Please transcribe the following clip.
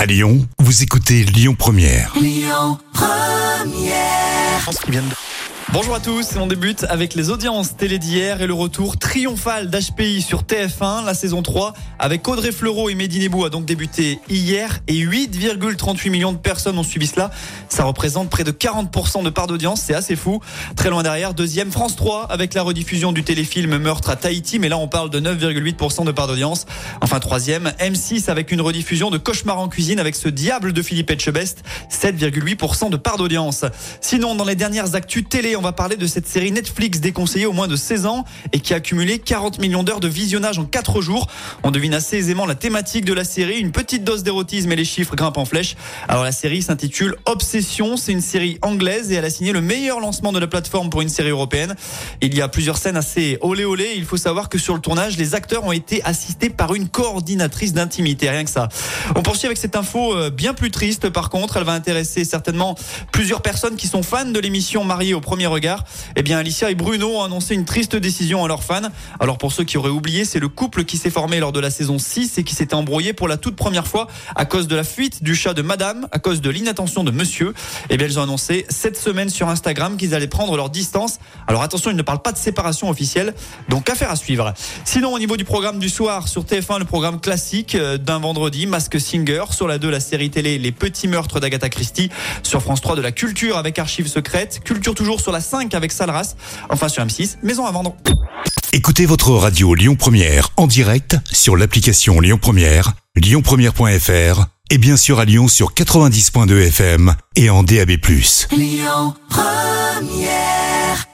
À Lyon, vous écoutez Lyon Première. Lyon Première. Bonjour à tous, on débute avec les audiences télé d'hier et le retour triomphal d'HPI sur TF1. La saison 3 avec Audrey Fleurot et Mehdi Nebou a donc débuté hier et 8,38 millions de personnes ont suivi cela. Ça représente près de 40% de part d'audience, c'est assez fou. Très loin derrière, deuxième France 3 avec la rediffusion du téléfilm Meurtre à Tahiti, mais là on parle de 9,8% de part d'audience. Enfin troisième, M6 avec une rediffusion de Cauchemar en cuisine avec ce diable de Philippe Etchebest, 7,8% de part d'audience. Sinon, dans les dernières actus télé, on va parler de cette série Netflix déconseillée aux moins de 16 ans et qui a accumulé 40 millions d'heures de visionnage en 4 jours. On devine assez aisément la thématique de la série, une petite dose d'érotisme et les chiffres grimpent en flèche. Alors la série s'intitule Obsession, c'est une série anglaise et elle a signé le meilleur lancement de la plateforme pour une série européenne. Il y a plusieurs scènes assez olé olé, il faut savoir que sur le tournage, les acteurs ont été assistés par une coordinatrice d'intimité, rien que ça. On poursuit avec cette info bien plus triste par contre, elle va intéresser certainement plusieurs personnes qui sont fans de l'émission Mariés au premier regard. Eh bien, Alicia et Bruno ont annoncé une triste décision à leurs fans. Alors, pour ceux qui auraient oublié, c'est le couple qui s'est formé lors de la saison 6 et qui s'était embrouillé pour la toute première fois à cause de la fuite du chat de madame, à cause de l'inattention de monsieur. Eh bien, ils ont annoncé cette semaine sur Instagram qu'ils allaient prendre leur distance. Alors, attention, ils ne parlent pas de séparation officielle. Donc, affaire à suivre. Sinon, au niveau du programme du soir, sur TF1, le programme classique d'un vendredi, Masked Singer. Sur la 2, la série télé Les Petits Meurtres d'Agatha Christie. Sur France 3, de la culture avec Archives secrètes. Culture toujours sur la 5 avec Salras. Enfin sur M6, Maison à vendre. Écoutez votre radio Lyon Première en direct sur l'application Lyon Première, lyonpremière.fr et bien sûr à Lyon sur 90.2 FM et en DAB+. Lyon Première.